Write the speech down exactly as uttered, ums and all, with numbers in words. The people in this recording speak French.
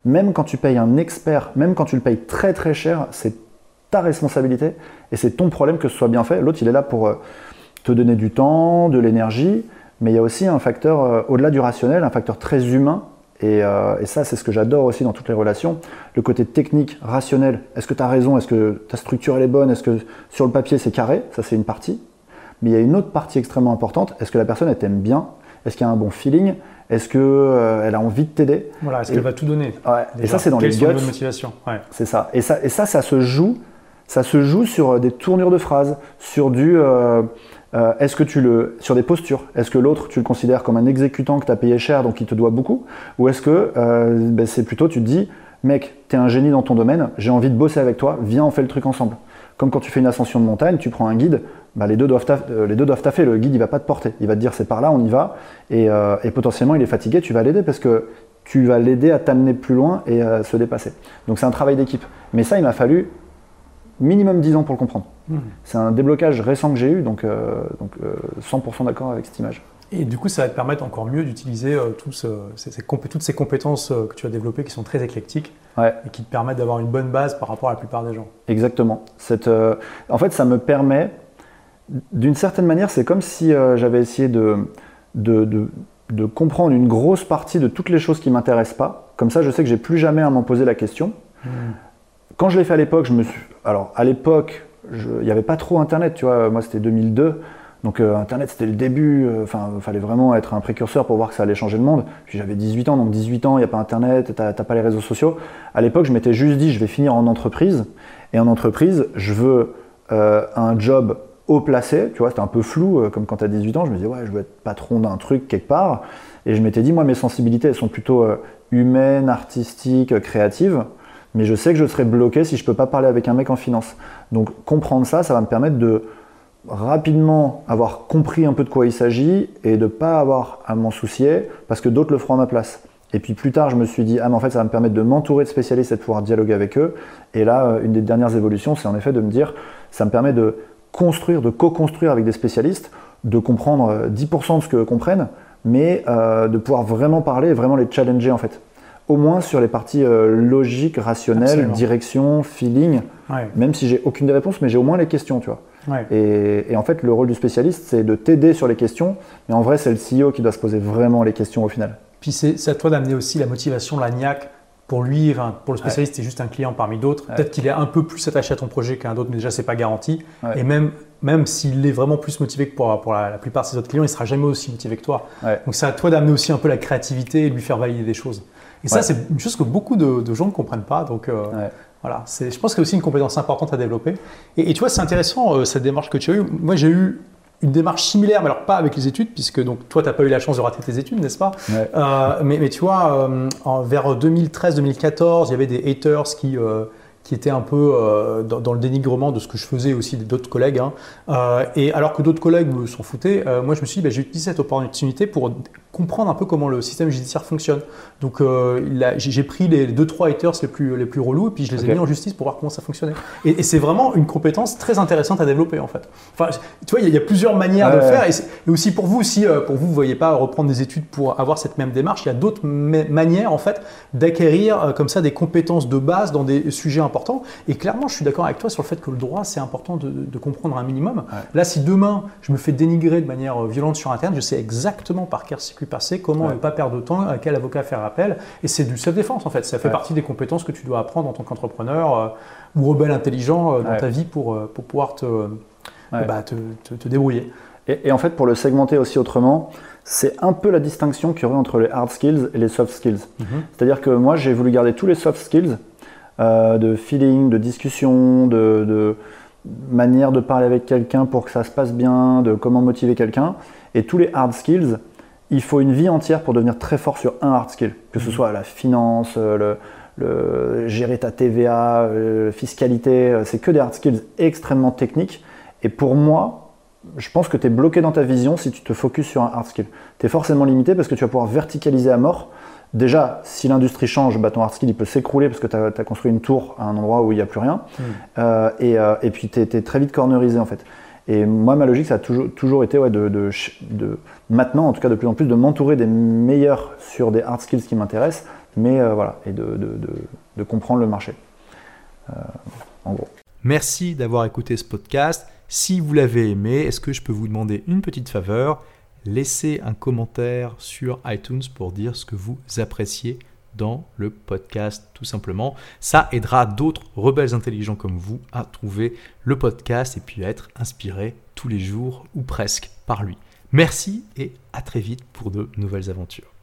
Même quand tu payes un expert, même quand tu le payes très très cher, c'est ta responsabilité et c'est ton problème que ce soit bien fait. L'autre, il est là pour euh, te donner du temps, de l'énergie, mais il y a aussi un facteur, euh, au-delà du rationnel, un facteur très humain. Et, euh, et ça, c'est ce que j'adore aussi dans toutes les relations. Le côté technique, rationnel. Est-ce que tu as raison? Est-ce que ta structure elle est bonne? Est-ce que sur le papier c'est carré? Ça, c'est une partie. Mais il y a une autre partie extrêmement importante. Est-ce que la personne elle t'aime bien? Est-ce qu'il y a un bon feeling? Est-ce qu'elle euh, a envie de t'aider? Voilà, est-ce et, qu'elle va tout donner? Ouais. Et ça, c'est dans Quelles les sont les guts. bonnes motivations? Ouais. C'est ça. Et ça, et ça, ça se joue. Ça se joue sur des tournures de phrases, sur du. Euh, Euh, est-ce que tu le, sur des postures, est-ce que l'autre tu le considères comme un exécutant que tu as payé cher donc il te doit beaucoup, ou est-ce que euh, ben c'est plutôt tu te dis mec t'es un génie dans ton domaine, j'ai envie de bosser avec toi, viens on fait le truc ensemble. Comme quand tu fais une ascension de montagne, tu prends un guide, ben les deux doivent taf, euh, les deux doivent taffer, le guide il va pas te porter, il va te dire c'est par là on y va et, euh, et potentiellement il est fatigué, tu vas l'aider parce que tu vas l'aider à t'amener plus loin et à se dépasser. Donc c'est un travail d'équipe. Mais ça il m'a fallu minimum dix ans pour le comprendre. Mmh. C'est un déblocage récent que j'ai eu, donc, euh, donc euh, cent pour cent d'accord avec cette image. Et du coup, ça va te permettre encore mieux d'utiliser euh, tout ce, ces, ces compé- toutes ces compétences euh, que tu as développées qui sont très éclectiques ouais. et qui te permettent d'avoir une bonne base par rapport à la plupart des gens. Exactement. Cette, euh, en fait, ça me permet, d'une certaine manière, c'est comme si euh, j'avais essayé de, de, de, de comprendre une grosse partie de toutes les choses qui ne m'intéressent pas. Comme ça, je sais que j'ai plus jamais à m'en poser la question. Mmh. Quand je l'ai fait à l'époque, je me suis... Alors, à l'époque, il n'y avait pas trop Internet, tu vois. Moi, c'était deux mille deux. Donc, euh, Internet, c'était le début. Enfin, euh, il fallait vraiment être un précurseur pour voir que ça allait changer le monde. Puis, j'avais dix-huit ans. Donc, dix-huit ans, il n'y a pas Internet, tu n'as pas les réseaux sociaux. À l'époque, je m'étais juste dit, je vais finir en entreprise. Et en entreprise, je veux euh, un job haut placé. Tu vois, c'était un peu flou. Euh, comme quand tu as dix-huit ans, je me disais, ouais, je veux être patron d'un truc quelque part. Et je m'étais dit, moi, mes sensibilités, elles sont plutôt euh, humaines, artistiques, créatives. Mais je sais que je serai bloqué si je ne peux pas parler avec un mec en finance. Donc comprendre ça, ça va me permettre de rapidement avoir compris un peu de quoi il s'agit et de ne pas avoir à m'en soucier parce que d'autres le feront à ma place. Et puis plus tard, je me suis dit, ah mais en fait ça va me permettre de m'entourer de spécialistes et de pouvoir dialoguer avec eux. Et là, une des dernières évolutions, c'est en effet de me dire, ça me permet de construire, de co-construire avec des spécialistes, de comprendre dix pour cent de ce qu'eux comprennent, mais euh, de pouvoir vraiment parler et vraiment les challenger en fait. Au moins sur les parties euh, logiques, rationnelles, Absolument. Direction, feeling, ouais. Même si j'ai aucune des réponses, mais j'ai au moins les questions, tu vois. Ouais. Et, et en fait, le rôle du spécialiste, c'est de t'aider sur les questions, mais en vrai, c'est le C E O qui doit se poser vraiment les questions au final. Puis c'est, c'est à toi d'amener aussi la motivation, la niaque. Pour lui, enfin, pour le spécialiste, ouais. C'est juste un client parmi d'autres. Ouais. Peut-être qu'il est un peu plus attaché à ton projet qu'un autre, mais déjà, c'est pas garanti. Ouais. Et même, même s'il est vraiment plus motivé que pour, pour la, la plupart de ses autres clients, il sera jamais aussi motivé que toi. Ouais. Donc, c'est à toi d'amener aussi un peu la créativité et de lui faire valider des choses. Et ça, ouais. C'est une chose que beaucoup de, de gens ne comprennent pas. Donc, euh, ouais. Voilà, c'est, je pense que c'est aussi une compétence importante à développer. Et, et tu vois, c'est intéressant euh, cette démarche que tu as eue. Moi, j'ai eu une démarche similaire, mais alors pas avec les études, puisque donc, toi, tu n'as pas eu la chance de rater tes études, n'est-ce pas? Ouais. euh, mais, mais tu vois, euh, en, vers deux mille treize deux mille quatorze, il y avait des haters qui… Euh, qui était un peu euh, dans, dans le dénigrement de ce que je faisais aussi d'autres collègues. Hein. Euh, et alors que d'autres collègues me s'en foutaient, euh, moi je me suis dit, bah, j'ai utilisé cette opportunité pour comprendre un peu comment le système judiciaire fonctionne. Donc euh, là, j'ai pris les deux trois haters les plus, les plus relous et puis je les okay. ai mis en justice pour voir comment ça fonctionnait. Et, et c'est vraiment une compétence très intéressante à développer en fait. Enfin, tu vois, il y, y a plusieurs manières ouais, de le faire. Et, et aussi pour vous, si euh, pour vous, vous ne voyez pas reprendre des études pour avoir cette même démarche, il y a d'autres ma- manières en fait d'acquérir euh, comme ça des compétences de base dans des sujets importants. Et clairement, je suis d'accord avec toi sur le fait que le droit, c'est important de, de comprendre un minimum. Ouais. Là, si demain, je me fais dénigrer de manière violente sur Internet, je sais exactement par quel circuit passer, comment ouais. ne pas perdre de temps, à quel avocat faire appel. Et c'est du self-défense, en fait. Ça fait ouais. partie des compétences que tu dois apprendre en tant qu'entrepreneur euh, ou rebelle intelligent euh, dans ouais. ta vie pour, euh, pour pouvoir te, ouais. bah, te, te, te débrouiller. Et, et en fait, pour le segmenter aussi autrement, c'est un peu la distinction qu'il y aurait entre les hard skills et les soft skills. Mm-hmm. C'est-à-dire que moi, j'ai voulu garder tous les soft skills, Euh, de feeling, de discussion, de, de manière de parler avec quelqu'un pour que ça se passe bien, de comment motiver quelqu'un. Et tous les hard skills, il faut une vie entière pour devenir très fort sur un hard skill. Que ce soit la finance, le, le gérer ta T V A, la fiscalité, c'est que des hard skills extrêmement techniques. Et pour moi, je pense que tu es bloqué dans ta vision si tu te focuses sur un hard skill. Tu es forcément limité parce que tu vas pouvoir verticaliser à mort. Déjà, si l'industrie change, bah, ton hard skill il peut s'écrouler parce que tu as construit une tour à un endroit où il n'y a plus rien. Mmh. Euh, et, euh, et puis, tu es très vite cornerisé en fait. Et moi, ma logique, ça a toujours, toujours été ouais, de, de, de, maintenant, en tout cas de plus en plus, de m'entourer des meilleurs sur des hard skills qui m'intéressent mais euh, voilà, et de, de, de, de comprendre le marché, euh, en gros. Merci d'avoir écouté ce podcast. Si vous l'avez aimé, est-ce que je peux vous demander une petite faveur ? Laissez un commentaire sur iTunes pour dire ce que vous appréciez dans le podcast, tout simplement. Ça aidera d'autres rebelles intelligents comme vous à trouver le podcast et puis à être inspirés tous les jours ou presque par lui. Merci et à très vite pour de nouvelles aventures.